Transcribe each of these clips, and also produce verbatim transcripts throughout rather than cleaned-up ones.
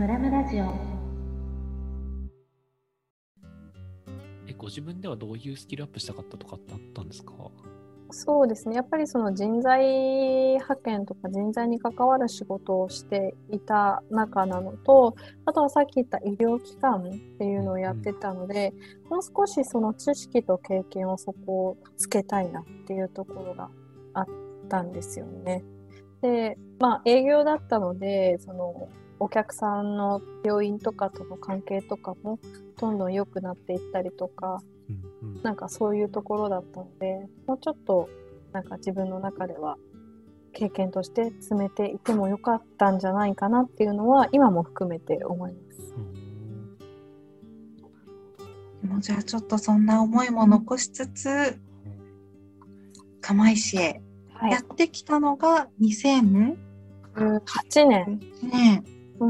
ムラムラジオ。 え、ご自分ではどういうスキルアップしたかったとかってあったんですか？ そうですね。やっぱりその人材派遣とか人材に関わる仕事をしていた中なのと、あとはさっき言った医療機関っていうのをやってたので、うん、もう少しその知識と経験をそこをつけたいなっていうところがあったんですよね。で、まあ営業だったので、そのお客さんの病院とかとの関係とかもどんどん良くなっていったりとか、うんうん、なんかそういうところだったので、もうちょっとなんか自分の中では経験として詰めていてもよかったんじゃないかなっていうのは今も含めて思います。 うん、もうじゃあちょっとそんな思いも残しつつ釜石へやってきたのがにせんはちねん、 ねうん、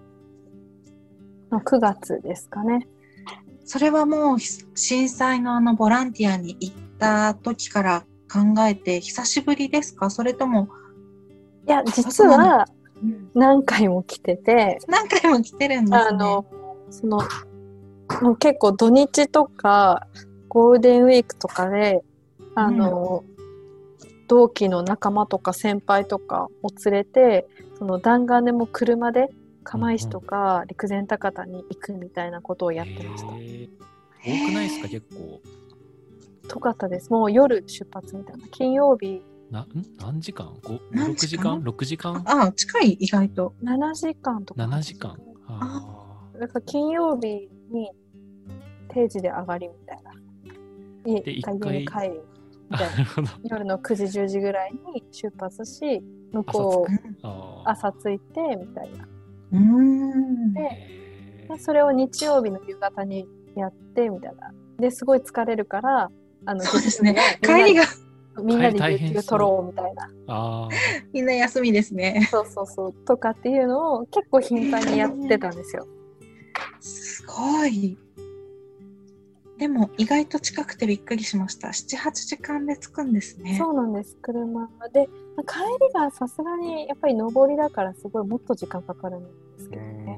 のくがつですかね。 それはもう震災のあのボランティアに行った時から考えて久しぶりですか？それともいや実は何回も来てて、 うん、何回も来てるんですね。 あのそのもう結構土日とかゴールデンウィークとかであの、うん、同期の仲間とか先輩とかを連れてその弾丸でも車で釜石とか陸前高田に行くみたいなことをやってました。 多くないですか？結構遠かったです。もう夜出発みたいな。金曜日な、ん何時間 ?ご、ろくじかん ?ろく 時間ああ、近い意外と。 ななじかんとか。 ななじかん。 ああ。だから金曜日に定時で上がりみたいな。家で、一回回に帰るみたいな。夜のくじじゅうじぐらいに出発し、向こう朝, 朝着いてみたいな。 うーんで, でそれを日曜日の夕方にやってみたいな。ですごい疲れるからあのそうですね。帰りがみんなで有給取ろうみたいな。 あみんな休みですね。 そうそうそうとかっていうのを結構頻繁にやってたんですよ。 すごい。でも意外と近くてびっくりしました。なな、はちじかんで着くんですね。 そうなんです。車で帰りがさすがにやっぱり上りだからすごいもっと時間かかるんですけどね。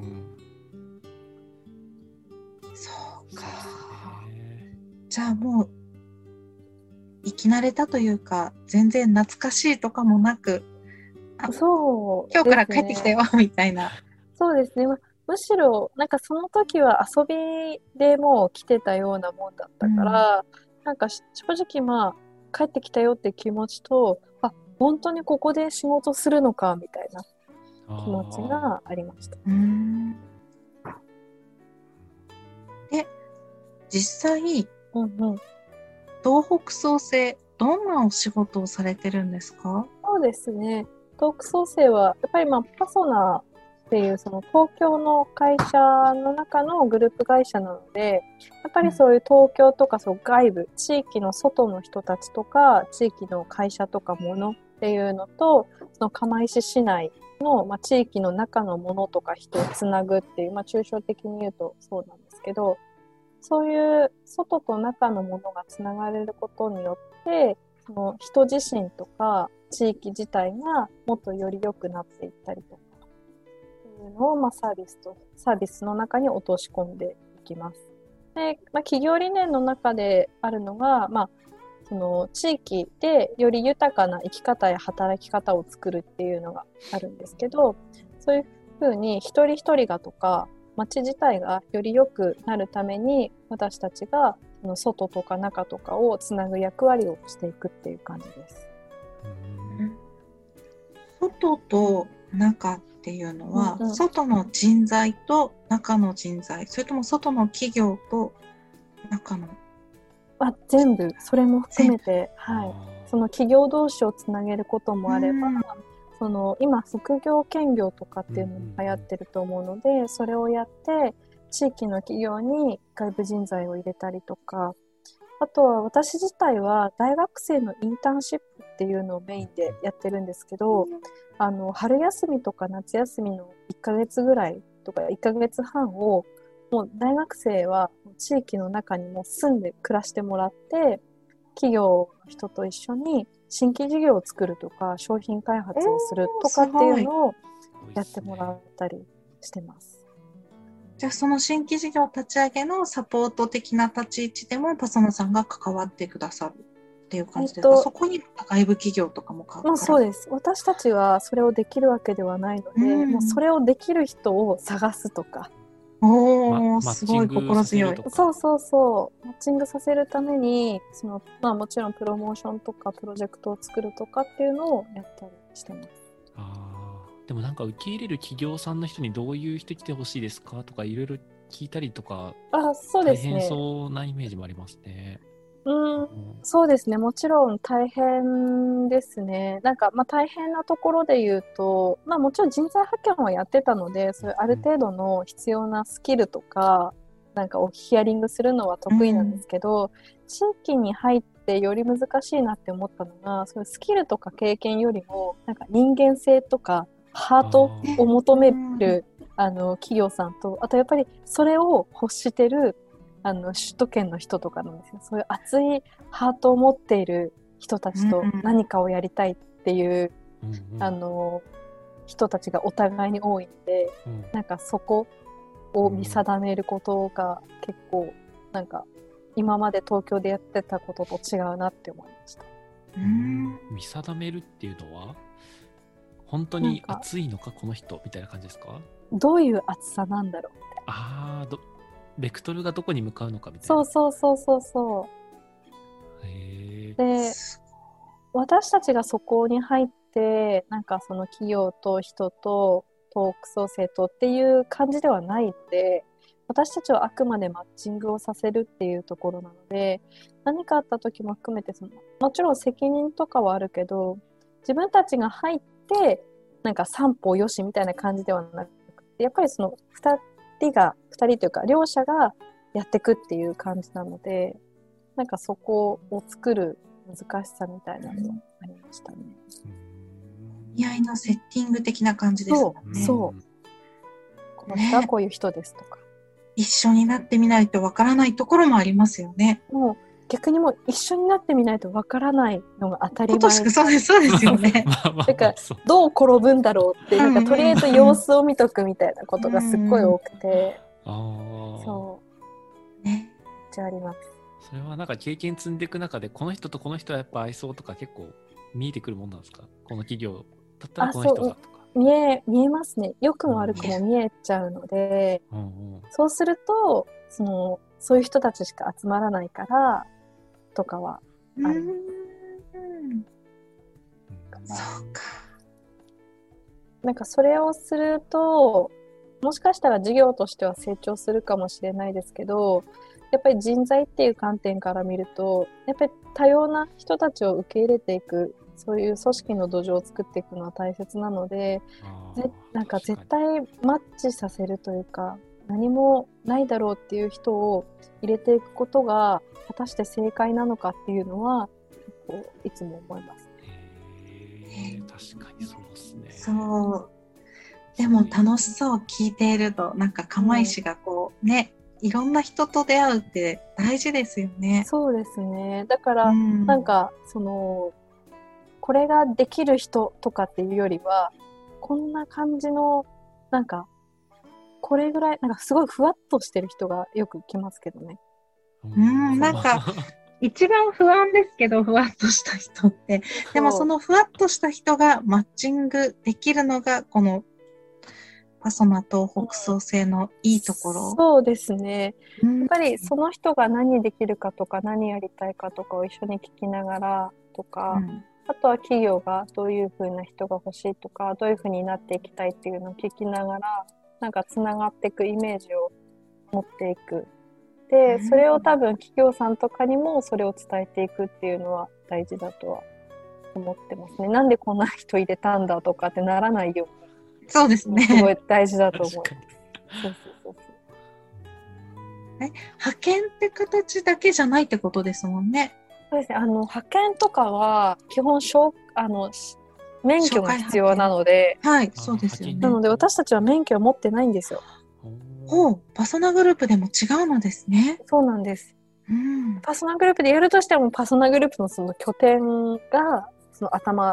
そうか。じゃあもう生き慣れたというか全然懐かしいとかもなく、 あそう、 今日から帰ってきたよみたいな。 そうですね。むしろなんかその時は遊びでもう来てたようなもんだったから、うん、なんか正直まあ帰ってきたよって気持ちと、あ本当にここで仕事するのかみたいな気持ちがありました。 うーんで実際、うんうん、東北創生どんなお仕事をされてるんですか？ そうですね。東北創生はやっぱりまあパソナっていうその東京の会社の中のグループ会社なので、やっぱりそういう東京とかそう外部地域の外の人たちとか地域の会社とかものっていうのと、その釜石市内の、まあ、地域の中のものとか人をつなぐっていう、まあ、抽象的に言うとそうなんですけど、そういう外と中のものがつながれることによってその人自身とか地域自体がもっとより良くなっていったりとかいうのを、まあ、サービスとサービスの中に落とし込んでいきます。で、まあ、企業理念の中であるのが、まあ、その地域でより豊かな生き方や働き方を作るっていうのがあるんですけど、そういうふうに一人一人がとか街自体がより良くなるために私たちがその外とか中とかをつなぐ役割をしていくっていう感じです。 外と中っていうのは、うんうん、外の人材と中の人材、それとも外の企業と中のあ全部それも含めて、はい、その企業同士をつなげることもあれば、うん、その今副業兼業とかっていうのが流行ってると思うので、うんうん、それをやって地域の企業に外部人材を入れたりとか、あとは私自体は大学生のインターンシップっていうのをメインでやってるんですけど、あの春休みとか夏休みのいっかげつぐらいとかいっかげつはんをもう大学生は地域の中にも住んで暮らしてもらって、企業の人と一緒に新規事業を作るとか商品開発をするとかっていうのをやってもらったりしてます。 じゃあその新規事業立ち上げのサポート的な立ち位置でもパソナさんが関わってくださるっていう感じですか？えっと、そこに外部企業とかも関わる？ まあそうです。私たちはそれをできるわけではないので、うん、もうそれをできる人を探すとか。 おー、すごい心強い。 そうそうそう。マッチングさせるために、そのまあもちろんプロモーションとかプロジェクトを作るとかっていうのをやったりしてます。 ああ。でもなんか受け入れる企業さんの人にどういう人来てほしいですかとかいろいろ聞いたりとか、 あ、そうですね。 大変そうなイメージもありますね。 うん、うん、そうですね。もちろん大変ですね。なんかまあ大変なところで言うと、まあもちろん人材派遣はやってたので、そういうある程度の必要なスキルとか、うん、なんかをヒアリングするのは得意なんですけど、うん、地域に入ってより難しいなって思ったのが、そういうスキルとか経験よりもなんか人間性とかハートを求めるあの企業さんと、あとやっぱりそれを欲してるあの首都圏の人とかなんですよ。そういう熱いハートを持っている人たちと何かをやりたいっていう、うんうん、あの人たちがお互いに多いので、うん、なんかそこを見定めることが結構なんか今まで東京でやってたことと違うなって思いました。 うん、見定めるっていうのは本当に熱いのかこの人みたいな感じですか？ どういう熱さなんだろうみたいな。 ああ、どベクトルがどこに向かうのかみたいな。 そうそうそうそうそう。へで、私たちがそこに入ってなんかその企業と人とトーク創生とっていう感じではないので、私たちはあくまでマッチングをさせるっていうところなので、何かあった時も含めてそのもちろん責任とかはあるけど、自分たちが入ってなんか三方よしみたいな感じではなくて、やっぱりそのふたりがふたりというか両者がやっていくっていう感じなので、なんかそこを作る難しさみたいなのがありましたね。 見合いのセッティング的な感じですよね。 そうそう。この人はこういう人ですとか、ね、 一緒になってみないとわからないところもありますよね。 もう逆にもう一緒になってみないとわからないのが当たり前。 そうです、そうですよね。 だからどう転ぶんだろうって、なんかとりあえず様子を見とくみたいなことがすっごい多くて、あそうね、じゃあります。 それはなんか経験積んでいく中でこの人とこの人はやっぱ合いそうとか結構見えてくるもんなんですか？この企業だったらこの人がとか。 見え見えますね。良くも悪くも見えちゃうので、うんうん、そうするとそのそういう人たちしか集まらないからとかはある。 そうか。 なんかそれをするともしかしたら事業としては成長するかもしれないですけど、やっぱり人材っていう観点から見るとやっぱり多様な人たちを受け入れていく、そういう組織の土壌を作っていくのは大切なので、ぜなんか絶対マッチさせるというか、何もないだろうっていう人を入れていくことが果たして正解なのかっていうのは結構いつも思います。 へー、確かにそうですね。 そう。でも楽しそう、聞いていると。なんか釜石がこう、うん、ね、いろんな人と出会うって大事ですよね。 そうですね。だから、うん、なんかそのこれができる人とかっていうよりは、こんな感じのなんかこれぐらいなんかすごいふわっとしてる人がよく来ますけどね。 うん、なんか一番不安ですけど、ふわっとした人って。でもそのふわっとした人がマッチングできるのがこのパソナと北総製のいいところ。 そうですね。やっぱりその人が何できるかとか何やりたいかとかを一緒に聞きながらとか、うん、あとは企業がどういう風な人が欲しいとか、どういう風になっていきたいっていうのを聞きながら、なんかつながっていくイメージを持っていく。で、それを多分企業さんとかにもそれを伝えていくっていうのは大事だとは思ってますね。なんでこんな人入れたんだとかってならないように。 そうですね。 すごい大事だと思う。そうそうそうそう。 え、派遣って形だけじゃないってことですもんね。 そうですね。あの派遣とかは基本あの免許が必要なので、 はい、そうですよね。 なので私たちは免許を持ってないんですよ。 おお、パソナグループでも違うのですね。 そうなんです。うん、パソナグループでやるとしてもパソナグループのその拠点がその頭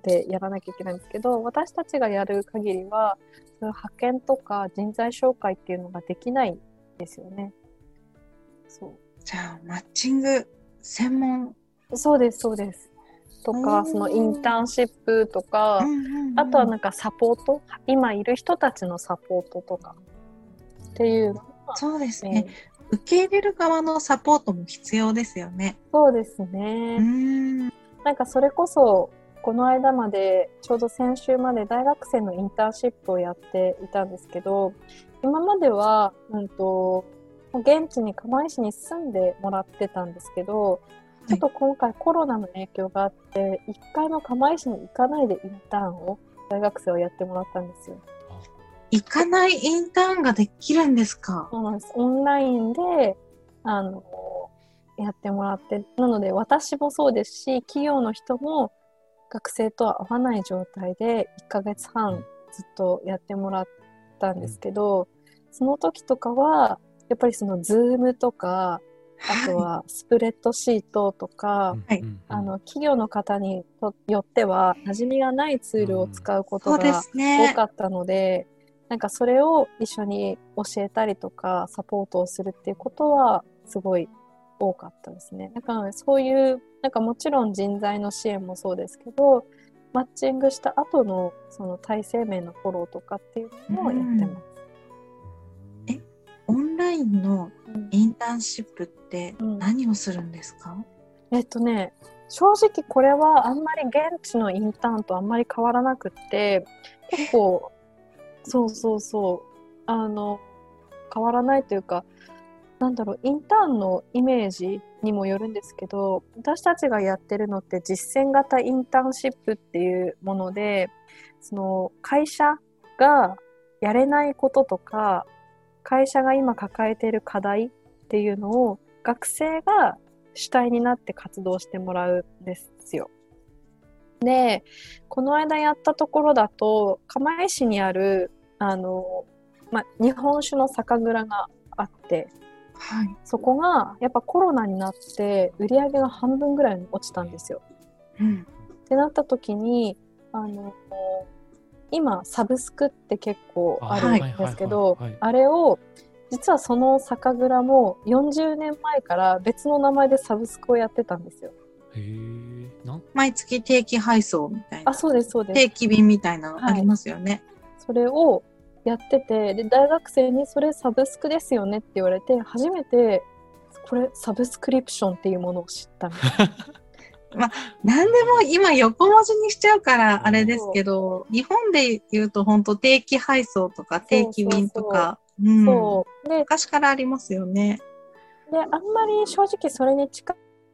でやらなきゃいけないんですけど、私たちがやる限りはそういう派遣とか人材紹介っていうのができないんですよね。そうじゃあマッチング専門。 そうですそうです。とかそのインターンシップとか、 うんうんうん、 あとはなんかサポート、今いる人たちのサポートとかっていうのが、 そうですね、うん、受け入れる側のサポートも必要ですよね。 そうですね。 うーん、 なんかそれこそこの間までちょうど先週まで大学生のインターンシップをやっていたんですけど、今までは、うんと、現地に釜石に住んでもらってたんですけど、ちょっと今回コロナの影響があって一回も釜石に行かないでインターンを大学生はやってもらったんですよ。 行かないインターンができるんですか？ そうなんです。オンラインであのやってもらって、なので私もそうですし企業の人も学生とは会わない状態でいっかげつはんずっとやってもらったんですけど、その時とかはやっぱりそのズームとか、あとはスプレッドシートとか、はい、あの企業の方によっては馴染みがないツールを使うことが多かったので、なんかそれを一緒に教えたりとかサポートをするっていうことはすごい多かったですね。だからそういうなんかもちろん人材の支援もそうですけど、マッチングした後のその体制面のフォローとかっていうのもやってます。 うん、え、オンラインのインターンシップって何をするんですか？ うん、えっとね、正直これはあんまり現地のインターンとあんまり変わらなくって、結構そうそうそうあの変わらないというか、なんだろう、インターンのイメージにもよるんですけど、私たちがやってるのって実践型インターンシップっていうもので、その会社がやれないこととか、会社が今抱えている課題っていうのを学生が主体になって活動してもらうんですよ。で、この間やったところだと、釜石にあるあの、ま、日本酒の酒蔵があって、はい、そこがやっぱコロナになって売り上げが半分ぐらいに落ちたんですよ。うん、ってなった時にあの今サブスクって結構あるんですけど、あれを実はその酒蔵もよんじゅうねんまえから別の名前でサブスクをやってたんですよ。 へー、な毎月定期配送みたいな。 あ、そうですそうです。 定期便みたいなのありますよね。はい、 それをやってて、で大学生にそれサブスクですよねって言われて、初めてこれサブスクリプションっていうものを知ったみたいな。 まあ、何でも今横文字にしちゃうからあれですけど、日本で言うと本当定期配送とか定期便とか、そうで昔からありますよね。 で、あんまり正直それに近い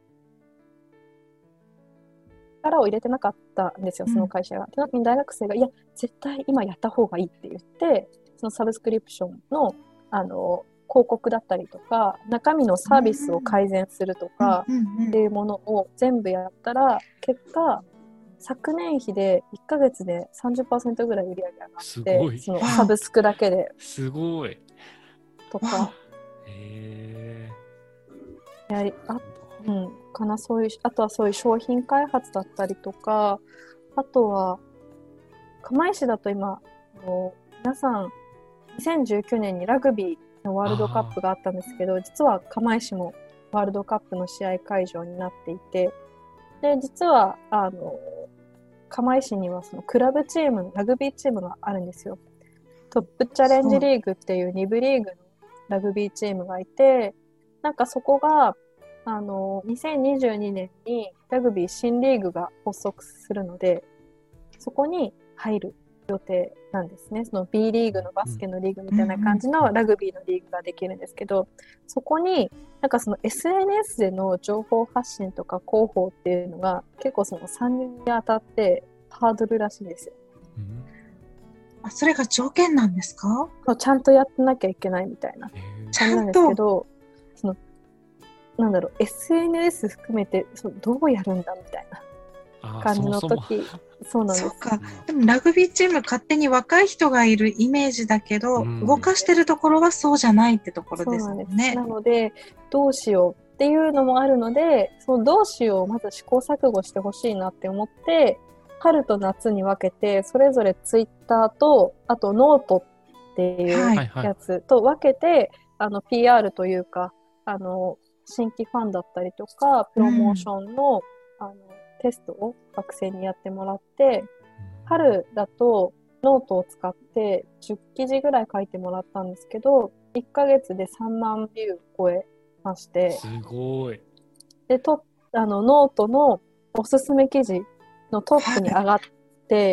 力を入れてなかったんですよ、その会社が。ってなって大学生が、いや、絶対今やった方がいいって言って、そのサブスクリプションの、あの、広告だったりとか、中身のサービスを改善するとかっていうものを全部やったら、結果、昨年比でいっかげつで さんじゅっパーセント ぐらい売り上げ上がって、そのサブスクだけで。 すごい。 とか。 へー。やり、あうん、かな、そういう、あとはそういう商品開発だったりとか、あとは釜石だと今皆さんにせんじゅうきゅうねんにラグビーのワールドカップがあったんですけど、実は釜石もワールドカップの試合会場になっていて、で実はあの釜石にはそのクラブチーム、ラグビーチームがあるんですよ。トップチャレンジリーグっていうに部リーグのラグビーチームがいて、なんかそこがあのにせんにじゅうにねんにラグビー新リーグが発足するので、そこに入る予定なんですね。その B リーグのバスケのリーグみたいな感じのラグビーのリーグができるんですけど、そこになんかその エスエヌエス での情報発信とか広報っていうのが結構その参入にあたってハードルらしいんですよ。 うん、あ、それが条件なんですか？ ちゃんとやってなきゃいけないみたいな感じなんですけど、そのなんだろう エスエヌエス 含めてそのどうやるんだみたいな感じの時、そうなんです。 そうか。でもラグビーチーム勝手に若い人がいるイメージだけど、うん、動かしてるところはそうじゃないってところですよね。 そうなんです。なのでどうしようっていうのもあるので、そのどうしようをまず試行錯誤してほしいなって思って春と夏に分けて、それぞれツイッターと、あとノートっていうはいやつと分けて、あの ピーアール というか、あの新規ファンだったりとか、プロモーションの、うん、あのテストを学生にやってもらって、春だとノートを使ってじゅっきじぐらい書いてもらったんですけど、いっかげつでさんまんビュー超えまして、 すごい。 でとあのノートのおすすめ記事のトップに上がって、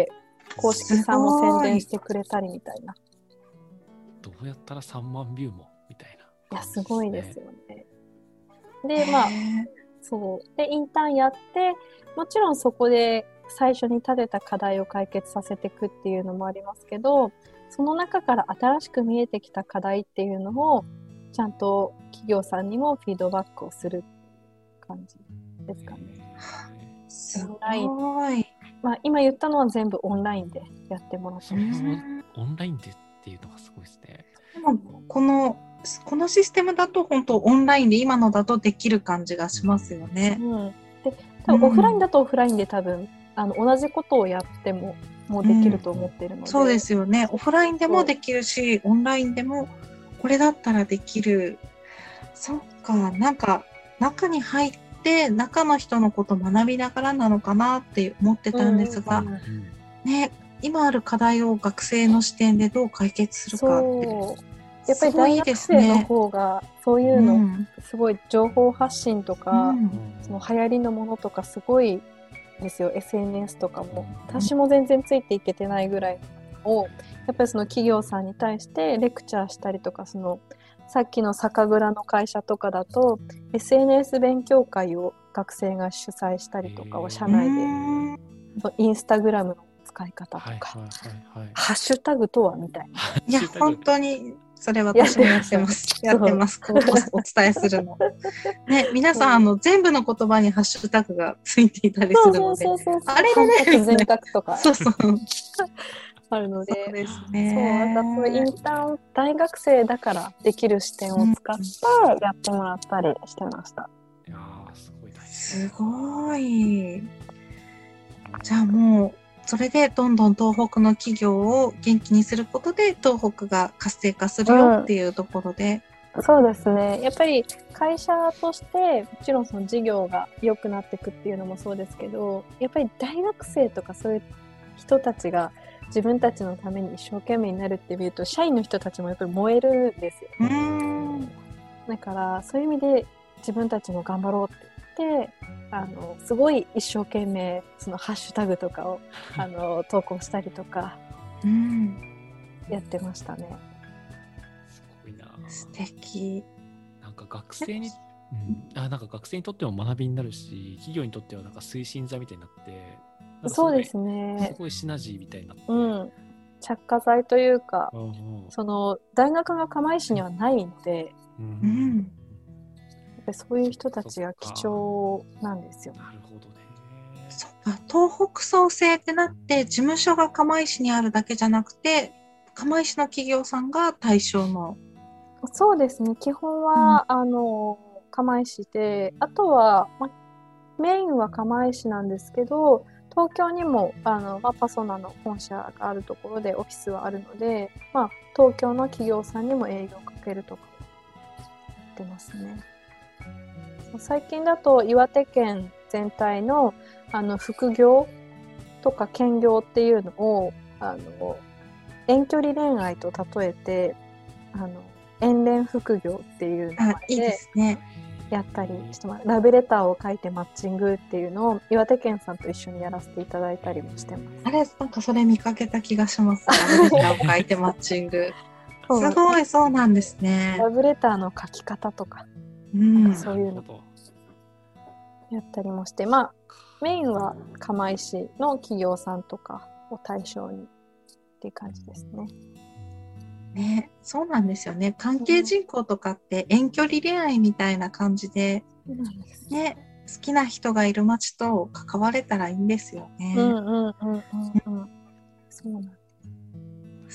はい、公式さんも宣伝してくれたりみたいな。 どうやったらさんまんビューもみたいな、ね。 いや、すごいですよね。で、まあ、そう。で、インターンやって、もちろんそこで最初に立てた課題を解決させていくっていうのもありますけど、その中から新しく見えてきた課題っていうのを、ちゃんと企業さんにもフィードバックをする感じですかね。 すごい。 まあ、今言ったのは全部オンラインでやってもらってます。 オンラインでっていうのがすごいですね。 でもこのこのシステムだと本当オンラインで今のだとできる感じがしますよね。 うん、で多分オフラインだとオフラインで多分、うん、あの同じことをやってももうできると思ってるので、うん、 そうですよね。オフラインでもできるしオンラインでもこれだったらできる。そっか、なんか中に入って中の人のことを学びながらなのかなって思ってたんですが、うんうんうん、ね、今ある課題を学生の視点でどう解決するかってやっぱり大学生の方がそういうのすごい情報発信とか、うん、その流行りのものとかすごいですよ。 エスエヌエス とかも私も全然ついていけてないぐらいをやっぱりその企業さんに対してレクチャーしたりとか、そのさっきの酒蔵の会社とかだと エスエヌエス 勉強会を学生が主催したりとかを社内で、インスタグラムの使い方とか、はいはいはいはい、ハッシュタグとはみたいな。 いや本当にそれ私もやってます。やってます。こうお伝えするの。ね、皆さん、あの、全部の言葉にハッシュタグがついていたりするので。 そうそうそうそう。 あれでね。 全角とか。 そうそう。 あるので。 そうですね。 そう、そうインターン、大学生だからできる視点を使ってやってもらったりしてました。 うん、いやー、すごい大事。 すごい。じゃあもう、それでどんどん東北の企業を元気にすることで東北が活性化するよっていうところで、 うん、そうですね。やっぱり会社としてもちろんその事業が良くなっていくっていうのもそうですけど、やっぱり大学生とかそういう人たちが自分たちのために一生懸命になるって見ると社員の人たちもやっぱり燃えるんですよ。 うーんだからそういう意味で自分たちも頑張ろうって言ってあのすごい一生懸命そのハッシュタグとかをあの投稿したりとかやってましたね。 すごいな。 素敵。 なんか学生に、うん、あなんか学生にとっても学びになるし、企業にとってはなんか推進座みたいになって、 そうですね。 すごいシナジーみたいになって、 うん、着火剤というか、 うんうん、その大学が釜石にはないので。 うんうんそういう人たちが貴重なんですよ。 なるほどね。 そうか、東北創生ってなって事務所が釜石にあるだけじゃなくて釜石の企業さんが対象の。 そうですね。基本は、うん、あの釜石で、あとは、ま、メインは釜石なんですけど、東京にもあの、ま、パソナの本社があるところでオフィスはあるので、まあ、東京の企業さんにも営業かけるとかやってますね。最近だと岩手県全体の、あの副業とか兼業っていうのをあの遠距離恋愛と例えてあの遠恋副業っていう名前でやったりしてます。ラブレターを書いてマッチングっていうのを岩手県さんと一緒にやらせていただいたりもしてます。 あれなんかそれ見かけた気がします。ラブレターを書いてマッチングすごい、そうなんですね。 ラブレターの書き方とか、 うん、 なんかそういうのやったりもして、まあメインは釜石の企業さんとかを対象にっていう感じですね。 ね、そうなんですよね。関係人口とかって遠距離恋愛みたいな感じで、うん、ね、好きな人がいる町と関われたらいいんですよね。 うんうんうんうんうん。そうなんです。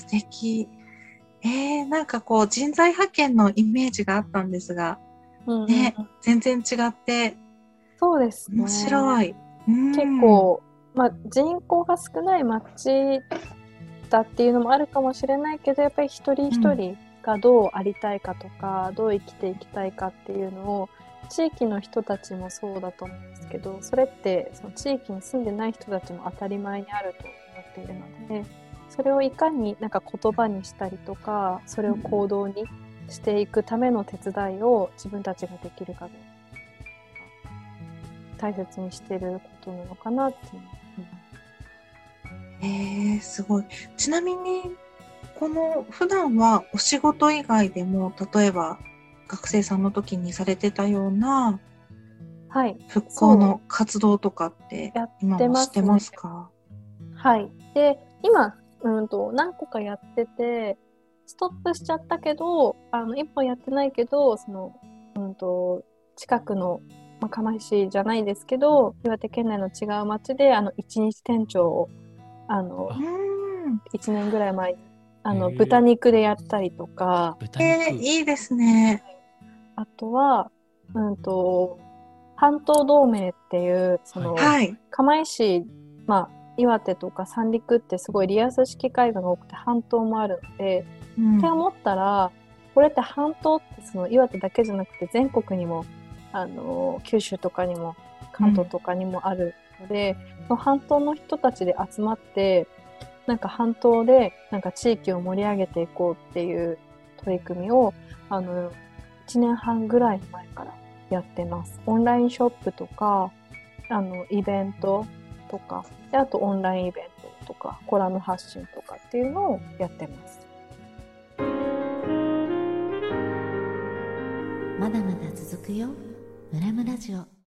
素敵。えー、なんかこう人材派遣のイメージがあったんですが、うんうん、ね、全然違って。 そうですね。 面白い。 うん、結構まあ、人口が少ない町だっていうのもあるかもしれないけど、やっぱり一人一人がどうありたいかとか、うん、どう生きていきたいかっていうのを地域の人たちもそうだと思うんですけど、それってその地域に住んでない人たちも当たり前にあると思っているので、それをいかになんか言葉にしたりとか、それを行動にしていくための手伝いを自分たちができるかどうか大切にしていることなのかなっていう。 えー、すごい。ちなみにこの普段はお仕事以外でも、例えば学生さんの時にされてたような復興の活動とかって今もしてますか？ はい。で、今、うんと何個かやってて、ストップしちゃったけど、あの一本やってないけど、そのうんと近くの、まあ、釜石じゃないですけど、岩手県内の違う町であの一日店長をあのいちねんぐらい前にあの豚肉でやったりとか、 えー、いいですね。 あとはうんと半島同盟っていうその、はい、釜石、まあ、岩手とか三陸ってすごいリアス式海岸が多くて半島もあるので、うん、って思ったらこれって半島ってその岩手だけじゃなくて全国にもあの九州とかにも関東とかにもあるので、うん、その半島の人たちで集まってなんか半島でなんか地域を盛り上げていこうっていう取り組みをあのいちねんはんぐらい前からやってます。オンラインショップとかあのイベントとかで、あとオンラインイベントとかコラム発信とかっていうのをやってます。 まだまだ続くよ、ムラムラジオ。